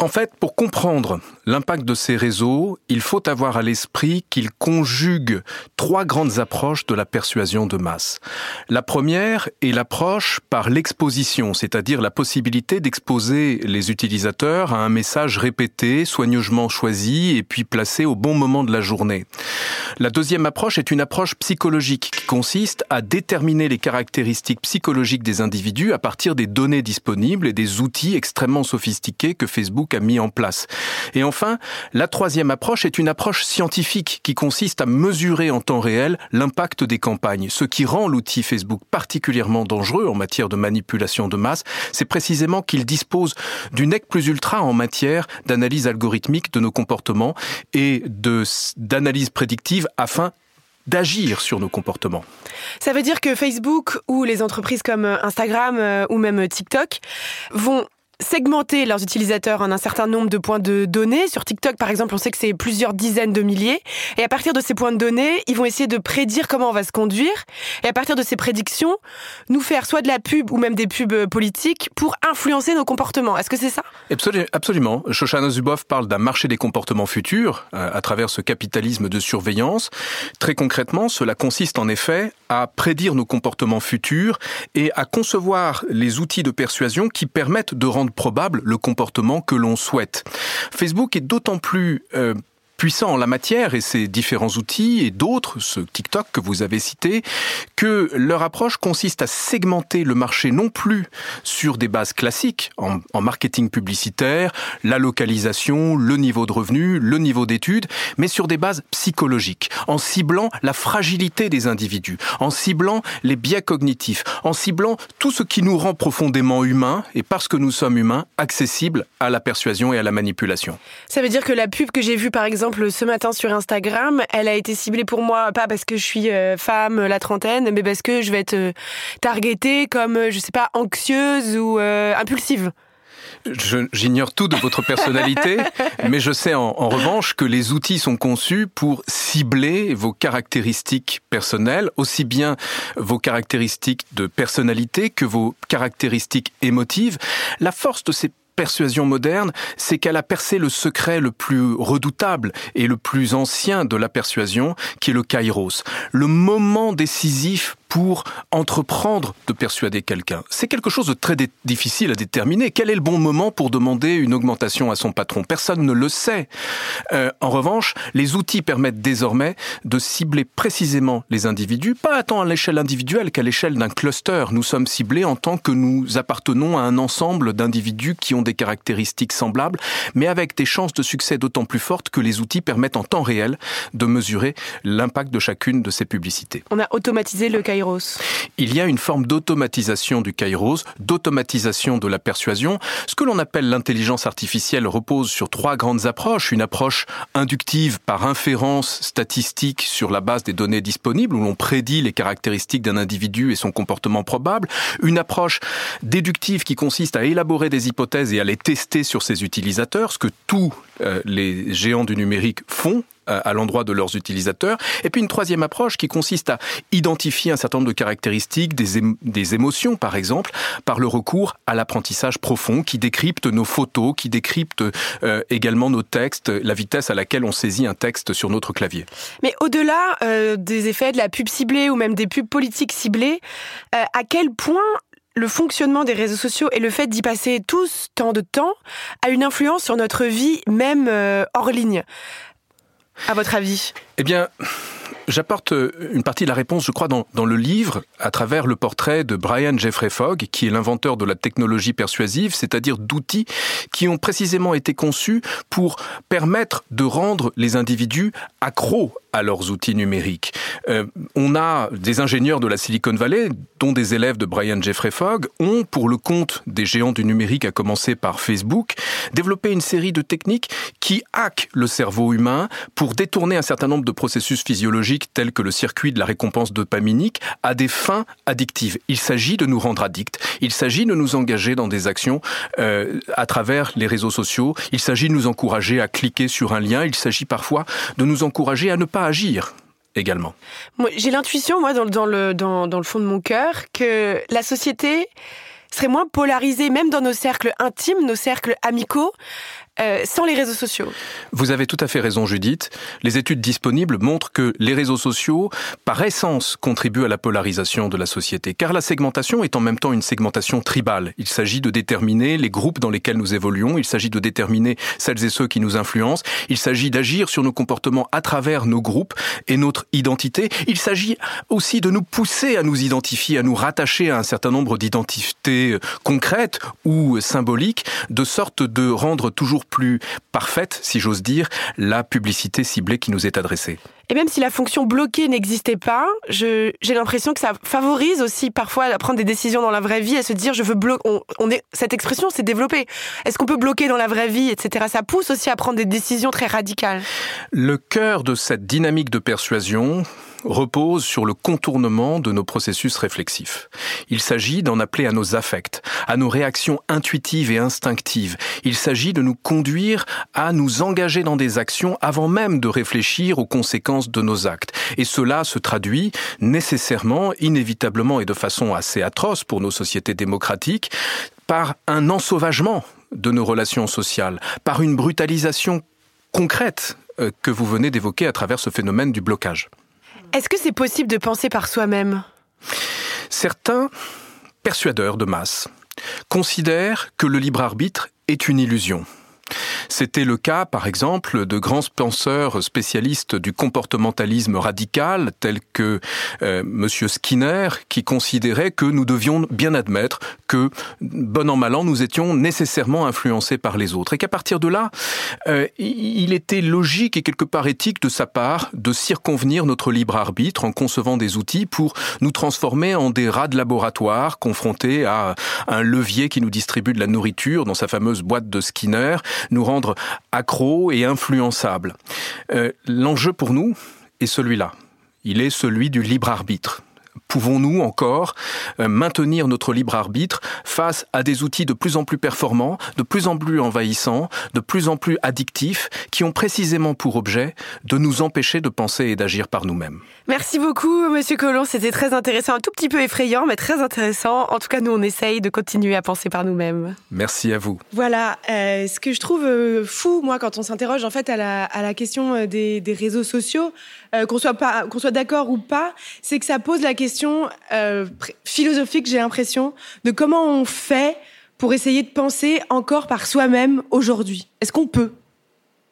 En fait, pour comprendre l'impact de ces réseaux, il faut avoir à l'esprit qu'ils conjuguent trois grandes approches de la persuasion de masse. La première est l'approche par l'exposition, c'est-à-dire la possibilité d'exposer les utilisateurs à un message répété, soigneusement choisi et puis placé au bon moment de la journée. La deuxième approche est une approche psychologique qui consiste à déterminer les caractéristiques psychologiques des individus à partir des données disponibles et des outils extrêmement sophistiqués que Facebook a mis en place. Et enfin, la troisième approche est une approche scientifique qui consiste à mesurer en temps réel l'impact des campagnes. Ce qui rend l'outil Facebook particulièrement dangereux en matière de manipulation de masse, c'est précisément qu'il dispose du nec plus ultra en matière d'analyse algorithmique de nos comportements et de, d'analyse prédictive afin d'agir sur nos comportements. Ça veut dire que Facebook ou les entreprises comme Instagram euh, ou même TikTok vont segmenter leurs utilisateurs en un certain nombre de points de données. Sur TikTok, par exemple, on sait que c'est plusieurs dizaines de milliers. Et à partir de ces points de données, ils vont essayer de prédire comment on va se conduire. Et à partir de ces prédictions, nous faire soit de la pub ou même des pubs politiques pour influencer nos comportements. Est-ce que c'est ça ? Absolument. Shoshana Zuboff parle d'un marché des comportements futurs euh, à travers ce capitalisme de surveillance. Très concrètement, cela consiste en effet à prédire nos comportements futurs et à concevoir les outils de persuasion qui permettent de rendre probable le comportement que l'on souhaite. Facebook est d'autant plus euh, puissant en la matière et ses différents outils et d'autres, ce TikTok que vous avez cité, que leur approche consiste à segmenter le marché non plus sur des bases classiques en, en marketing publicitaire, la localisation, le niveau de revenu, le niveau d'études, mais sur des bases psychologiques, en ciblant la fragilité des individus, en ciblant les biais cognitifs, en ciblant tout ce qui nous rend profondément humains et parce que nous sommes humains, accessibles à la persuasion et à la manipulation. Ça veut dire que la pub que j'ai vue par exemple ce matin sur Instagram, elle a été ciblée pour moi, pas parce que je suis euh, femme, la trentaine, mais parce que je vais être euh, targetée comme, euh, je sais pas, anxieuse ou euh, impulsive. Je, j'ignore tout de votre personnalité, mais je sais en, en revanche que les outils sont conçus pour cibler vos caractéristiques personnelles, aussi bien vos caractéristiques de personnalité que vos caractéristiques émotives. La force de ces persuasion moderne, c'est qu'elle a percé le secret le plus redoutable et le plus ancien de la persuasion, qui est le kairos, le moment décisif pour entreprendre de persuader quelqu'un. C'est quelque chose de très dé- difficile à déterminer. Quel est le bon moment pour demander une augmentation à son patron ? Personne ne le sait. Euh, en revanche, les outils permettent désormais de cibler précisément les individus, pas tant à l'échelle individuelle qu'à l'échelle d'un cluster. Nous sommes ciblés en tant que nous appartenons à un ensemble d'individus qui ont des caractéristiques semblables, mais avec des chances de succès d'autant plus fortes que les outils permettent en temps réel de mesurer l'impact de chacune de ces publicités. On a automatisé le kairos. Il y a une forme d'automatisation du kairos, d'automatisation de la persuasion. Ce que l'on appelle l'intelligence artificielle repose sur trois grandes approches. Une approche inductive par inférence statistique sur la base des données disponibles, où l'on prédit les caractéristiques d'un individu et son comportement probable. Une approche déductive qui consiste à élaborer des hypothèses et à les tester sur ses utilisateurs, ce que tous euh, les géants du numérique font à l'endroit de leurs utilisateurs. Et puis une troisième approche qui consiste à identifier un certain nombre de caractéristiques, des, émo- des émotions par exemple, par le recours à l'apprentissage profond qui décrypte nos photos, qui décrypte euh, également nos textes, la vitesse à laquelle on saisit un texte sur notre clavier. Mais au-delà euh, des effets de la pub ciblée ou même des pubs politiques ciblées, euh, à quel point le fonctionnement des réseaux sociaux et le fait d'y passer tous tant de temps a une influence sur notre vie, même euh, hors ligne ? À votre avis ? Eh bien, j'apporte une partie de la réponse, je crois, dans, dans le livre, à travers le portrait de Brian Jeffrey Fogg, qui est l'inventeur de la technologie persuasive, c'est-à-dire d'outils qui ont précisément été conçus pour permettre de rendre les individus accros à leurs outils numériques. Euh, on a des ingénieurs de la Silicon Valley, dont des élèves de Brian Jeffrey Fogg, ont, pour le compte des géants du numérique, à commencer par Facebook, développé une série de techniques qui hackent le cerveau humain pour détourner un certain nombre de processus physiologiques tels que le circuit de la récompense dopaminique à des fins addictives. Il s'agit de nous rendre addicts. Il s'agit de nous engager dans des actions euh, à travers les réseaux sociaux. Il s'agit de nous encourager à cliquer sur un lien. Il s'agit parfois de nous encourager à ne pas agir également. Moi, j'ai l'intuition, moi, dans, dans, le, dans, dans le fond de mon cœur, que la société serait moins polarisée, même dans nos cercles intimes, nos cercles amicaux, euh, sans les réseaux sociaux. Vous avez tout à fait raison, Judith. Les études disponibles montrent que les réseaux sociaux, par essence, contribuent à la polarisation de la société. Car la segmentation est en même temps une segmentation tribale. Il s'agit de déterminer les groupes dans lesquels nous évoluons. Il s'agit de déterminer celles et ceux qui nous influencent. Il s'agit d'agir sur nos comportements à travers nos groupes et notre identité. Il s'agit aussi de nous pousser à nous identifier, à nous rattacher à un certain nombre d'identités concrètes ou symboliques, de sorte de rendre toujours plus parfaite, si j'ose dire, la publicité ciblée qui nous est adressée. Et même si la fonction bloquer n'existait pas, je, j'ai l'impression que ça favorise aussi parfois à prendre des décisions dans la vraie vie, à se dire je veux bloquer. On, on est, cette expression s'est développée. Est-ce qu'on peut bloquer dans la vraie vie, et cetera. Ça pousse aussi à prendre des décisions très radicales. Le cœur de cette dynamique de persuasion repose sur le contournement de nos processus réflexifs. Il s'agit d'en appeler à nos affects, à nos réactions intuitives et instinctives. Il s'agit de nous conduire à nous engager dans des actions avant même de réfléchir aux conséquences de nos actes. Et cela se traduit nécessairement, inévitablement et de façon assez atroce pour nos sociétés démocratiques, par un ensauvagement de nos relations sociales, par une brutalisation concrète que vous venez d'évoquer à travers ce phénomène du blocage. Est-ce que c'est possible de penser par soi-même ? Certains persuadeurs de masse considèrent que le libre arbitre est une illusion. C'était le cas, par exemple, de grands penseurs spécialistes du comportementalisme radical, tels que euh, Monsieur Skinner, qui considérait que nous devions bien admettre que, bon an mal an, nous étions nécessairement influencés par les autres. Et qu'à partir de là, euh, il était logique et quelque part éthique de sa part de circonvenir notre libre arbitre en concevant des outils pour nous transformer en des rats de laboratoire confrontés à un levier qui nous distribue de la nourriture dans sa fameuse boîte de Skinner, nous rendre accros et influençables. Euh, l'enjeu pour nous est celui-là. Il est celui du libre arbitre. Pouvons-nous encore euh, maintenir notre libre arbitre face à des outils de plus en plus performants, de plus en plus envahissants, de plus en plus addictifs, qui ont précisément pour objet de nous empêcher de penser et d'agir par nous-mêmes. Merci beaucoup, Monsieur Collomb. C'était très intéressant, un tout petit peu effrayant, mais très intéressant. En tout cas, nous, on essaye de continuer à penser par nous-mêmes. Merci à vous. Voilà. Euh, ce que je trouve euh, fou, moi, quand on s'interroge en fait à la, à la question des, des réseaux sociaux, euh, qu'on soit pas, qu'on soit d'accord ou pas, c'est que ça pose la question euh, philosophique, j'ai l'impression, de comment on fait pour essayer de penser encore par soi-même aujourd'hui. Est-ce qu'on peut, Guilhem ?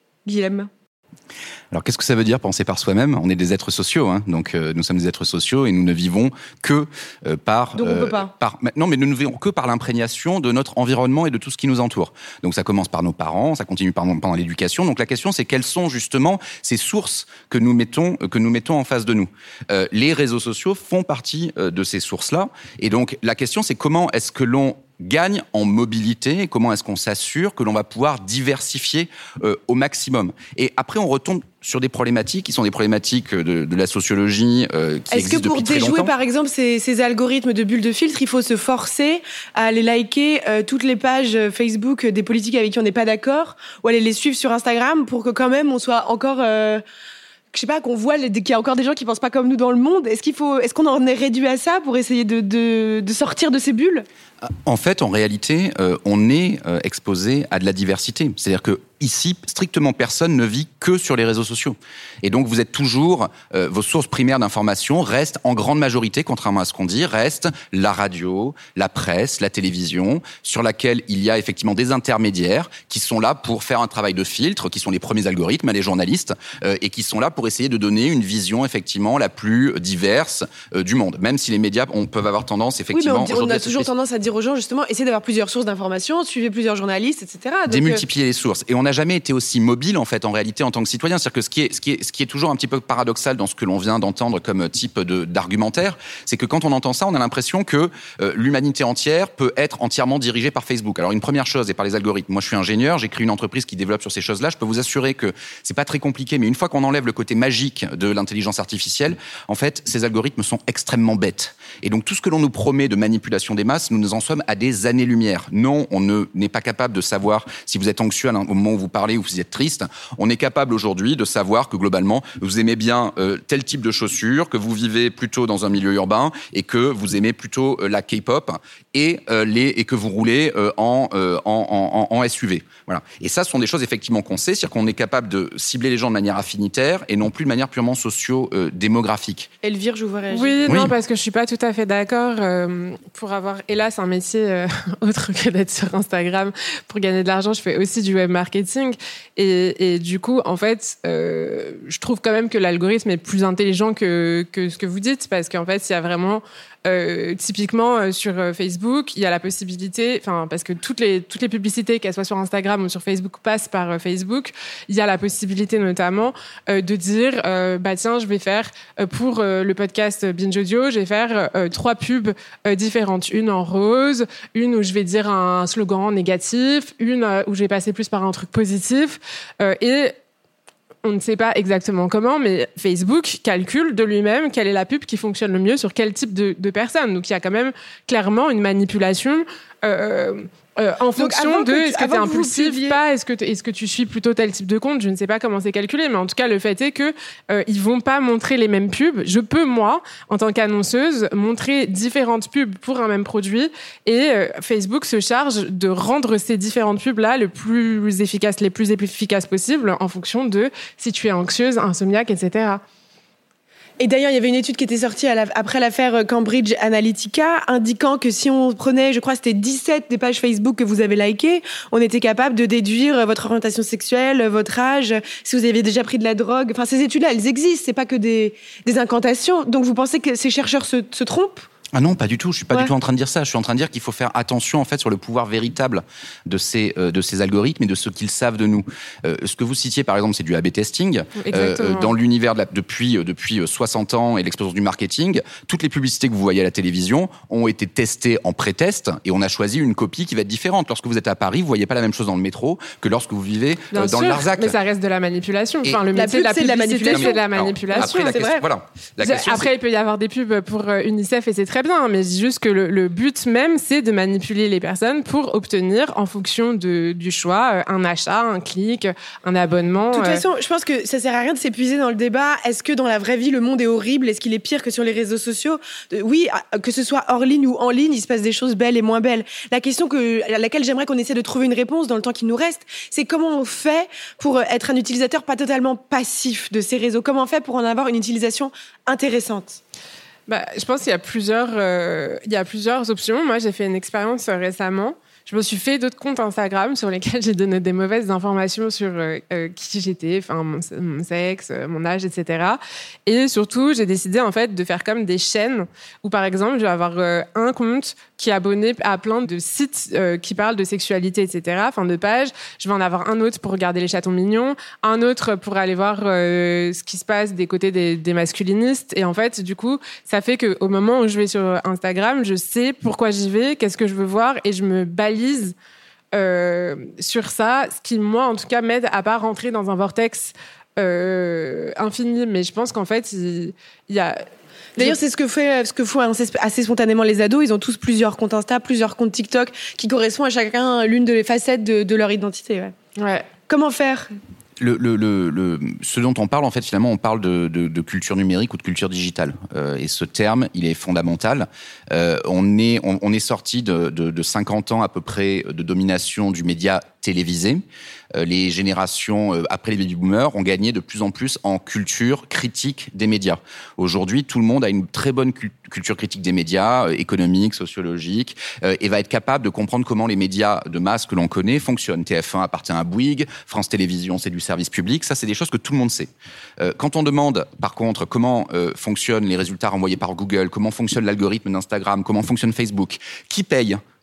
Alors, qu'est-ce que ça veut dire penser par soi-même ? On est des êtres sociaux, hein, donc euh, nous sommes des êtres sociaux et nous ne vivons que euh, par... Donc on euh, peut pas. Par, non, mais nous ne vivons que par l'imprégnation de notre environnement et de tout ce qui nous entoure. Donc ça commence par nos parents, ça continue par, pendant l'éducation. Donc la question, c'est quelles sont justement ces sources que nous mettons, que nous mettons en face de nous. Euh, les réseaux sociaux font partie euh, de ces sources-là. Et donc la question, c'est comment est-ce que l'on gagne en mobilité et comment est-ce qu'on s'assure que l'on va pouvoir diversifier euh, au maximum. Et après, on retombe sur des problématiques qui sont des problématiques de, de la sociologie euh, qui existent depuis très longtemps. Est-ce que pour déjouer, par exemple, ces, ces algorithmes de bulles de filtre, il faut se forcer à aller liker euh, toutes les pages Facebook des politiques avec qui on n'est pas d'accord ou aller les suivre sur Instagram pour que quand même on soit encore... Euh je sais pas, qu'on voit qu'il y a encore des gens qui pensent pas comme nous dans le monde. Est-ce qu'il faut, est-ce qu'on en est réduit à ça pour essayer de, de, de sortir de ces bulles ? En fait, en réalité, euh, on est euh, exposé à de la diversité. C'est-à-dire que ici, strictement personne ne vit que sur les réseaux sociaux. Et donc, vous êtes toujours, euh, vos sources primaires d'information restent en grande majorité, contrairement à ce qu'on dit, restent la radio, la presse, la télévision, sur laquelle il y a effectivement des intermédiaires qui sont là pour faire un travail de filtre, qui sont les premiers algorithmes, les journalistes, euh, et qui sont là pour essayer de donner une vision effectivement la plus diverse euh, du monde. Même si les médias on, peuvent avoir tendance effectivement... Oui, mais on, on a toujours tendance à dire aux gens, justement, essayez d'avoir plusieurs sources d'information, suivez plusieurs journalistes, et cetera. Donc, démultiplier euh... les sources. Et on n'a jamais été aussi mobile, en fait, en réalité, en tant que citoyen. C'est-à-dire que ce qui est, ce qui est, ce qui est toujours un petit peu paradoxal dans ce que l'on vient d'entendre comme type de, d'argumentaire, c'est que quand on entend ça, on a l'impression que euh, l'humanité entière peut être entièrement dirigée par Facebook. Alors, une première chose, et par les algorithmes. Moi, je suis ingénieur, j'ai créé une entreprise qui développe sur ces choses-là. Je peux vous assurer que c'est pas très compliqué, mais une fois qu'on enlève le côté magique de l'intelligence artificielle, en fait, ces algorithmes sont extrêmement bêtes. Et donc tout ce que l'on nous promet de manipulation des masses, nous nous en sommes à des années-lumière. Non, on ne, n'est pas capable de savoir si vous êtes anxieux au moment où vous parlez ou si vous êtes triste. On est capable aujourd'hui de savoir que globalement, vous aimez bien euh, tel type de chaussures, que vous vivez plutôt dans un milieu urbain et que vous aimez plutôt euh, la K-pop et, euh, les, et que vous roulez euh, en, euh, en, en, en S U V. Voilà. Et ça, ce sont des choses effectivement qu'on sait, c'est-à-dire qu'on est capable de cibler les gens de manière affinitaire et non plus de manière purement socio-démographique. Elvire, je vous vois réagir. Oui, Oui. non, parce que je suis pas tout à fait d'accord. Euh, pour avoir, hélas, un métier euh, autre que d'être sur Instagram pour gagner de l'argent, je fais aussi du web marketing. Et, et du coup, en fait, euh, je trouve quand même que l'algorithme est plus intelligent que, que ce que vous dites, parce qu'en fait, il y a vraiment... Euh, typiquement euh, sur euh, Facebook, il y a la possibilité, enfin parce que toutes les toutes les publicités, qu'elles soient sur Instagram ou sur Facebook, passent par euh, Facebook. Il y a la possibilité notamment euh, de dire, euh, bah tiens, je vais faire euh, pour euh, le podcast Binge Audio, je vais faire euh, trois pubs euh, différentes, une en rose, une où je vais dire un slogan négatif, une euh, où je vais passer plus par un truc positif, euh, et on ne sait pas exactement comment, mais Facebook calcule de lui-même quelle est la pub qui fonctionne le mieux sur quel type de, de personnes. Donc, il y a quand même clairement une manipulation euh, euh, en fonction de est-ce que tu es impulsif, publiez... pas, est-ce que, est-ce que tu suis plutôt tel type de compte. Je ne sais pas comment c'est calculé, mais en tout cas, le fait est que euh, ils vont pas montrer les mêmes pubs. Je peux, moi, en tant qu'annonceuse, montrer différentes pubs pour un même produit et euh, Facebook se charge de rendre ces différentes pubs-là le plus efficaces, les plus efficaces possibles en fonction de si tu es anxieuse, insomniaque, et cetera. Et d'ailleurs, il y avait une étude qui était sortie à la, après l'affaire Cambridge Analytica, indiquant que si on prenait, je crois, c'était dix-sept des pages Facebook que vous avez likées, on était capable de déduire votre orientation sexuelle, votre âge, si vous aviez déjà pris de la drogue. Enfin, ces études-là, elles existent, c'est pas que des, des incantations. Donc, vous pensez que ces chercheurs se, se trompent ? Ah non, pas du tout. Je suis pas ouais. du tout en train de dire ça. Je suis en train de dire qu'il faut faire attention en fait sur le pouvoir véritable de ces euh, de ces algorithmes et de ce qu'ils savent de nous. Euh, ce que vous citiez par exemple, c'est du A B testing. Euh, dans l'univers de la, depuis euh, depuis soixante ans et l'explosion du marketing, toutes les publicités que vous voyez à la télévision ont été testées en pré-test et on a choisi une copie qui va être différente. Lorsque vous êtes à Paris, vous voyez pas la même chose dans le métro que lorsque vous vivez euh, dans sûr, le Larzac. Mais ça reste de la manipulation. Enfin, le la métier pub, de la publicité, c'est de la manipulation. Alors, après, la c'est question, vrai. Voilà. La question, après, c'est... il peut y avoir des pubs pour UNICEF et c'est très bien, mais je dis juste que le, le but même, c'est de manipuler les personnes pour obtenir, en fonction de, du choix, un achat, un clic, un abonnement. De toute euh... façon, je pense que ça sert à rien de s'épuiser dans le débat. Est-ce que dans la vraie vie, le monde est horrible ? Est-ce qu'il est pire que sur les réseaux sociaux ? Oui, que ce soit hors ligne ou en ligne, il se passe des choses belles et moins belles. La question que, à laquelle j'aimerais qu'on essaie de trouver une réponse dans le temps qui nous reste, c'est comment on fait pour être un utilisateur pas totalement passif de ces réseaux ? Comment on fait pour en avoir une utilisation intéressante ? Bah, je pense qu'il y a plusieurs, euh, il y a plusieurs options. Moi, j'ai fait une expérience euh, récemment. Je me suis fait d'autres comptes Instagram sur lesquels j'ai donné des mauvaises informations sur euh, euh, qui j'étais, enfin mon, mon sexe, euh, mon âge, et cetera. Et surtout, j'ai décidé en fait de faire comme des chaînes où, par exemple, je vais avoir euh, un compte qui est abonné à plein de sites euh, qui parlent de sexualité, et cetera. Enfin, de pages. Je vais en avoir un autre pour regarder les chatons mignons, un autre pour aller voir euh, ce qui se passe des côtés des, des masculinistes. Et en fait, du coup, ça fait que au moment où je vais sur Instagram, je sais pourquoi j'y vais, qu'est-ce que je veux voir, et je me balise Euh, sur ça, ce qui, moi, en tout cas, m'aide à pas rentrer dans un vortex euh, infini. Mais je pense qu'en fait, il, il y a... D'ailleurs, c'est ce que, fait, ce que font assez spontanément les ados. Ils ont tous plusieurs comptes Insta, plusieurs comptes TikTok, qui correspondent à chacun l'une des facettes de, de leur identité. Ouais. Ouais. Comment faire ? Le, le, le, le, ce dont on parle, en fait, finalement, on parle de, de, de culture numérique ou de culture digitale. Euh, et ce terme, il est fondamental. Euh, on est, on, on est sorti de, de, de cinquante ans à peu près de domination du média télévisé. Euh, les générations euh, après les baby boomers ont gagné de plus en plus en culture critique des médias. Aujourd'hui, tout le monde a une très bonne cu- culture critique des médias, euh, économique, sociologique, euh, et va être capable de comprendre comment les médias de masse que l'on connaît fonctionnent. T F un appartient à Bouygues, France Télévisions, c'est du service public. Ça, c'est des choses que tout le monde sait. Euh, quand on demande, par contre, comment euh, fonctionnent les résultats renvoyés par Google, comment fonctionne l'algorithme d'Instagram, comment fonctionne Facebook, qui paye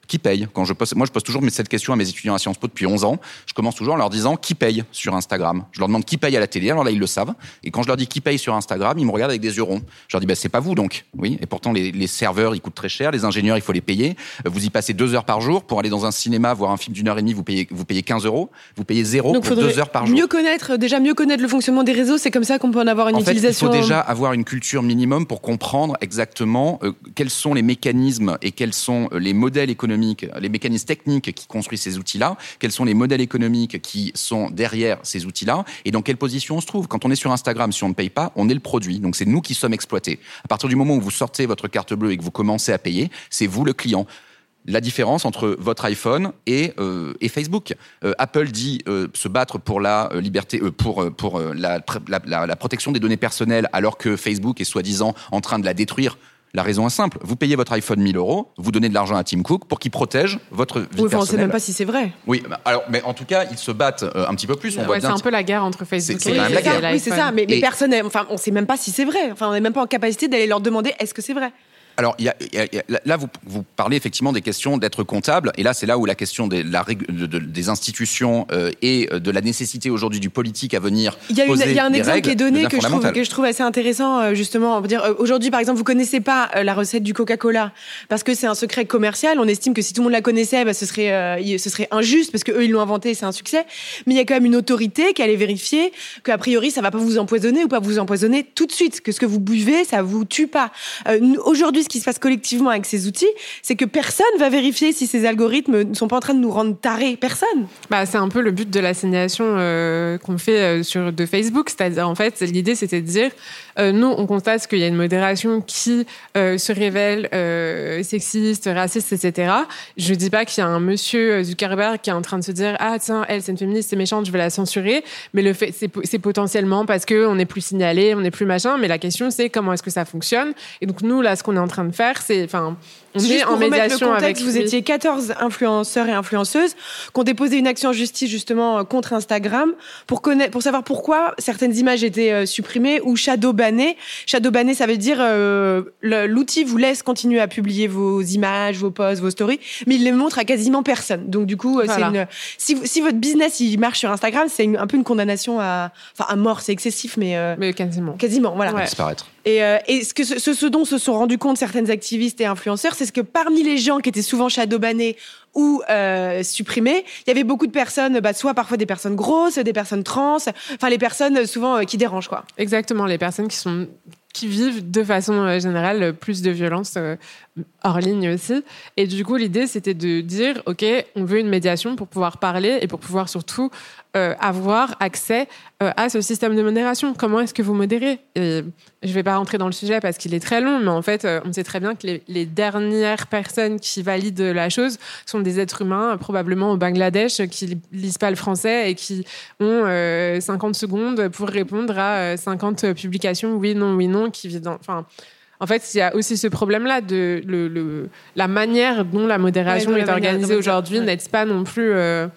Qui paye? Quand je pose, moi, je pose toujours cette question à mes étudiants à Sciences Po depuis onze ans. Je commence toujours en leur disant qui paye sur Instagram. Je leur demande qui paye à la télé. Alors là, ils le savent. Et quand je leur dis qui paye sur Instagram, ils me regardent avec des yeux ronds. Je leur dis, bah, c'est pas vous donc. Oui. Et pourtant, les, les serveurs, ils coûtent très cher. Les ingénieurs, il faut les payer. Vous y passez deux heures par jour pour aller dans un cinéma voir un film d'une heure et demie. Vous payez, vous payez quinze euros. Vous payez zéro donc, pour deux heures par jour. Mieux connaître, déjà mieux connaître le fonctionnement des réseaux. C'est comme ça qu'on peut en avoir une en fait, utilisation. Il faut déjà avoir une culture minimum pour comprendre exactement euh, quels sont les mécanismes et quels sont les modèles économiques, les mécanismes techniques qui construisent ces outils-là, quels sont les modèles économiques qui sont derrière ces outils-là, et dans quelle position on se trouve. Quand on est sur Instagram, si on ne paye pas, on est le produit. Donc c'est nous qui sommes exploités. À partir du moment où vous sortez votre carte bleue et que vous commencez à payer, c'est vous le client. La différence entre votre iPhone et, euh, et Facebook. Euh, Apple dit euh, se battre pour la euh, liberté, euh, pour, euh, pour euh, la, la, la, la protection des données personnelles, alors que Facebook est soi-disant en train de la détruire. La raison est simple. Vous payez votre iPhone mille euros, vous donnez de l'argent à Tim Cook pour qu'il protège votre vie oui, personnelle. On ne sait même pas si c'est vrai. Oui, alors, mais en tout cas, ils se battent euh, un petit peu plus. On ouais, voit c'est bien un peu la guerre entre Facebook c'est, et, c'est et, la guerre. et Oui, c'est ça. Mais, mais et... personne, enfin, on ne sait même pas si c'est vrai. Enfin, on n'est même pas en capacité d'aller leur demander est-ce que c'est vrai. Alors, il y a, il y a, là, vous, vous parlez effectivement des questions d'être comptable, et là, c'est là où la question des, la, de, de, des institutions euh, et de la nécessité aujourd'hui du politique à venir il y a, une, poser il y a un des exemple qui est donné que je, trouve, que je trouve assez intéressant, justement. On peut dire, euh, aujourd'hui, par exemple, vous connaissez pas euh, la recette du Coca-Cola parce que c'est un secret commercial. On estime que si tout le monde la connaissait, bah, ce serait, euh, ce serait injuste parce que eux ils l'ont inventé, et c'est un succès. Mais il y a quand même une autorité qui allait vérifier qu'a priori ça va pas vous empoisonner ou pas vous empoisonner tout de suite, que ce que vous buvez ça vous tue pas. Euh, nous, aujourd'hui, ce qui se passe collectivement avec ces outils, c'est que personne va vérifier si ces algorithmes ne sont pas en train de nous rendre tarés. Personne. Bah, c'est un peu le but de l'assignation euh, qu'on fait euh, sur, de Facebook. C'est-à-dire, en fait, l'idée, c'était de dire, euh, nous, on constate qu'il y a une modération qui euh, se révèle euh, sexiste, raciste, et cetera. Je dis pas qu'il y a un monsieur Zuckerberg qui est en train de se dire, ah, tiens, elle, c'est une féministe, c'est méchante, je vais la censurer. Mais le fait, c'est, c'est potentiellement parce qu'on est plus signalé, on est plus machin. Mais la question, c'est comment est-ce que ça fonctionne? Et donc, nous, là, ce qu'on est en train de faire, c'est, enfin, on Juste est en médiation contexte, avec. Vous étiez quatorze influenceurs et influenceuses qui ont déposé une action en justice justement contre Instagram pour connaître, pour savoir pourquoi certaines images étaient euh, supprimées ou shadow bannées. Shadow banné, ça veut dire euh, le, l'outil vous laisse continuer à publier vos images, vos posts, vos stories, mais il les montre à quasiment personne. Donc du coup, euh, voilà. c'est une. Si, si votre business il marche sur Instagram, c'est une, un peu une condamnation à, enfin à mort, c'est excessif, mais. Euh, mais quasiment. Quasiment, voilà. Ouais. Disparaître. Et, euh, et ce, que ce, ce dont se sont rendus compte certaines activistes et influenceurs, c'est que parmi les gens qui étaient souvent shadowbannés ou euh, supprimés, il y avait beaucoup de personnes, bah, soit parfois des personnes grosses, des personnes trans, enfin les personnes souvent euh, qui dérangent, quoi. Exactement, les personnes qui sont qui vivent de façon euh, générale plus de violence euh, hors ligne aussi. Et du coup, l'idée, c'était de dire, OK, on veut une médiation pour pouvoir parler et pour pouvoir surtout euh, avoir accès euh, à ce système de modération. Comment est-ce que vous modérez? Et je ne vais pas rentrer dans le sujet parce qu'il est très long, mais en fait, euh, on sait très bien que les, les dernières personnes qui valident la chose sont des êtres humains, euh, probablement au Bangladesh, qui ne lisent pas le français et qui ont euh, cinquante secondes pour répondre à euh, cinquante publications, oui, non, oui, non, qui vivent dans... Enfin, en fait, il y a aussi ce problème-là de le, le, la manière dont la modération ouais, est organisée aujourd'hui ouais. n'aide pas non plus... Euh,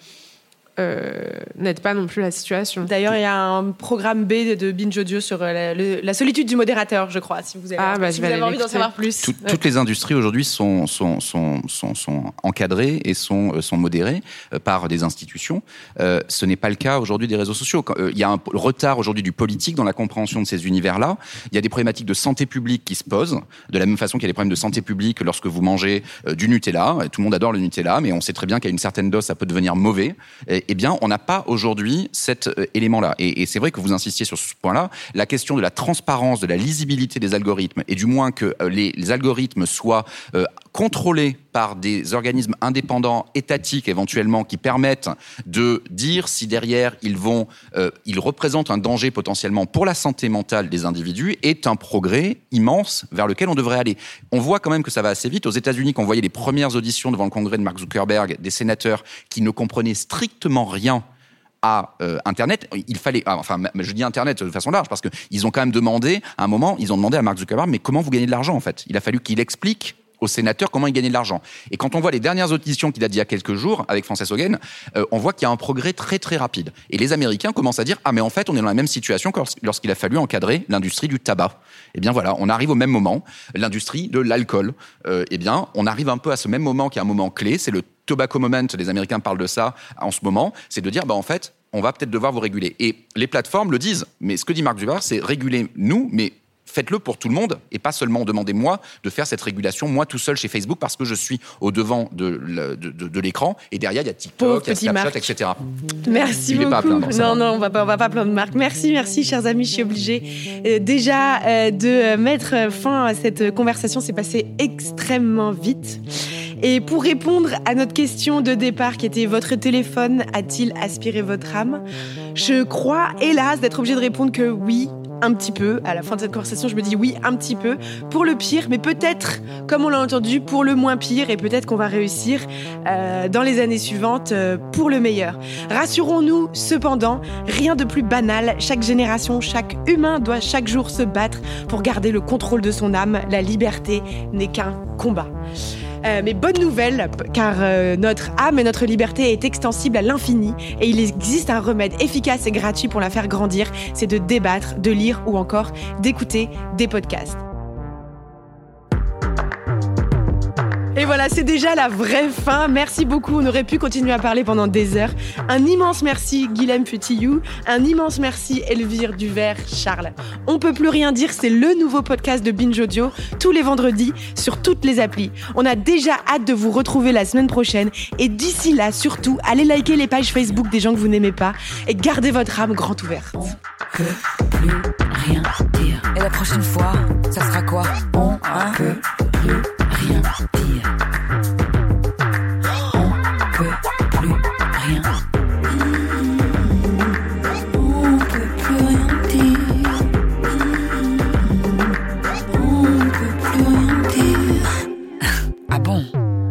Euh, n'aide pas non plus la situation. D'ailleurs, il y a un programme B de Binge Audio sur la, le, la solitude du modérateur, je crois, si vous avez, ah, bah, si vous avez envie d'en savoir plus. Tout, ouais. Toutes les industries aujourd'hui sont, sont, sont, sont, sont encadrées et sont, sont modérées par des institutions. Euh, ce n'est pas le cas aujourd'hui des réseaux sociaux. Il y a un retard aujourd'hui du politique dans la compréhension de ces univers-là. Il y a des problématiques de santé publique qui se posent, de la même façon qu'il y a des problèmes de santé publique lorsque vous mangez du Nutella. Tout le monde adore le Nutella, mais on sait très bien qu'à une certaine dose, ça peut devenir mauvais. Et, eh bien, on n'a pas aujourd'hui cet euh, élément-là. Et, et c'est vrai que vous insistiez sur ce point-là. La question de la transparence, de la lisibilité des algorithmes, et du moins que euh, les, les algorithmes soient euh, contrôlés par des organismes indépendants, étatiques éventuellement, qui permettent de dire si derrière ils vont, euh, ils représentent un danger potentiellement pour la santé mentale des individus, est un progrès immense vers lequel on devrait aller. On voit quand même que ça va assez vite. Aux États-Unis, quand on voyait les premières auditions devant le Congrès de Mark Zuckerberg, des sénateurs qui ne comprenaient strictement rien à euh, Internet, il fallait, ah, enfin, je dis Internet de façon large parce que ils ont quand même demandé, à un moment, ils ont demandé à Mark Zuckerberg, mais comment vous gagnez de l'argent en fait ? Il a fallu qu'il explique aux sénateurs comment ils gagnaient de l'argent. Et quand on voit les dernières auditions qui datent d'il y a quelques jours avec Frances Haugen, euh, on voit qu'il y a un progrès très très rapide. Et les Américains commencent à dire « Ah mais en fait, on est dans la même situation que lorsqu'il a fallu encadrer l'industrie du tabac. » Eh bien voilà, on arrive au même moment. L'industrie de l'alcool. Euh, eh bien, on arrive un peu à ce même moment qui est un moment clé. C'est le tobacco moment. Les Américains parlent de ça en ce moment. C'est de dire bah en fait, on va peut-être devoir vous réguler. Et les plateformes le disent. Mais ce que dit Mark Zuckerberg, c'est réguler nous, mais faites-le pour tout le monde et pas seulement demandez-moi de faire cette régulation, moi tout seul chez Facebook, parce que je suis au devant de, de, de, de l'écran et derrière, il y a TikTok, il y a Snapchat, Marc. et cetera. Merci beaucoup. Pas plaindre, non, non, on va pas, on va pas plaindre Marc. Merci, merci, chers amis, je suis obligée euh, déjà euh, de mettre fin à cette conversation. C'est passé extrêmement vite. Et pour répondre à notre question de départ qui était « Votre téléphone a-t-il aspiré votre âme ?» Je crois, hélas, d'être obligée de répondre que oui, un petit peu. À la fin de cette conversation, je me dis oui, un petit peu. Pour le pire, mais peut-être, comme on l'a entendu, pour le moins pire. Et peut-être qu'on va réussir euh, dans les années suivantes euh, pour le meilleur. Rassurons-nous, cependant, rien de plus banal. Chaque génération, chaque humain doit chaque jour se battre pour garder le contrôle de son âme. La liberté n'est qu'un combat. Euh, mais bonne nouvelle, car euh, notre âme et notre liberté est extensible à l'infini et il existe un remède efficace et gratuit pour la faire grandir, c'est de débattre, de lire ou encore d'écouter des podcasts. Et voilà, c'est déjà la vraie fin. Merci beaucoup. On aurait pu continuer à parler pendant des heures. Un immense merci, Guilhem Petit-You. Un immense merci, Elvire Duvert-Charles. On peut plus rien dire, c'est le nouveau podcast de Binge Audio, tous les vendredis, sur toutes les applis. On a déjà hâte de vous retrouver la semaine prochaine. Et d'ici là, surtout, allez liker les pages Facebook des gens que vous n'aimez pas et gardez votre âme grande ouverte. On peut plus rien dire. Et la prochaine fois, ça sera quoi? On hein? peut plus rien dire. On peut plus rien. On peut plus rien dire. On peut plus rien dire. Ah bon?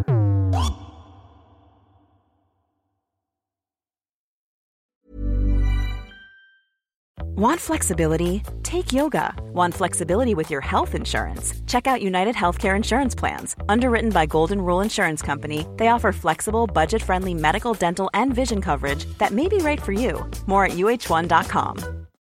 Want flexibility? Take yoga. Want flexibility with your health insurance? Check out United Healthcare Insurance Plans. Underwritten by Golden Rule Insurance Company, they offer flexible, budget-friendly medical, dental, and vision coverage that may be right for you. More at U H one dot com.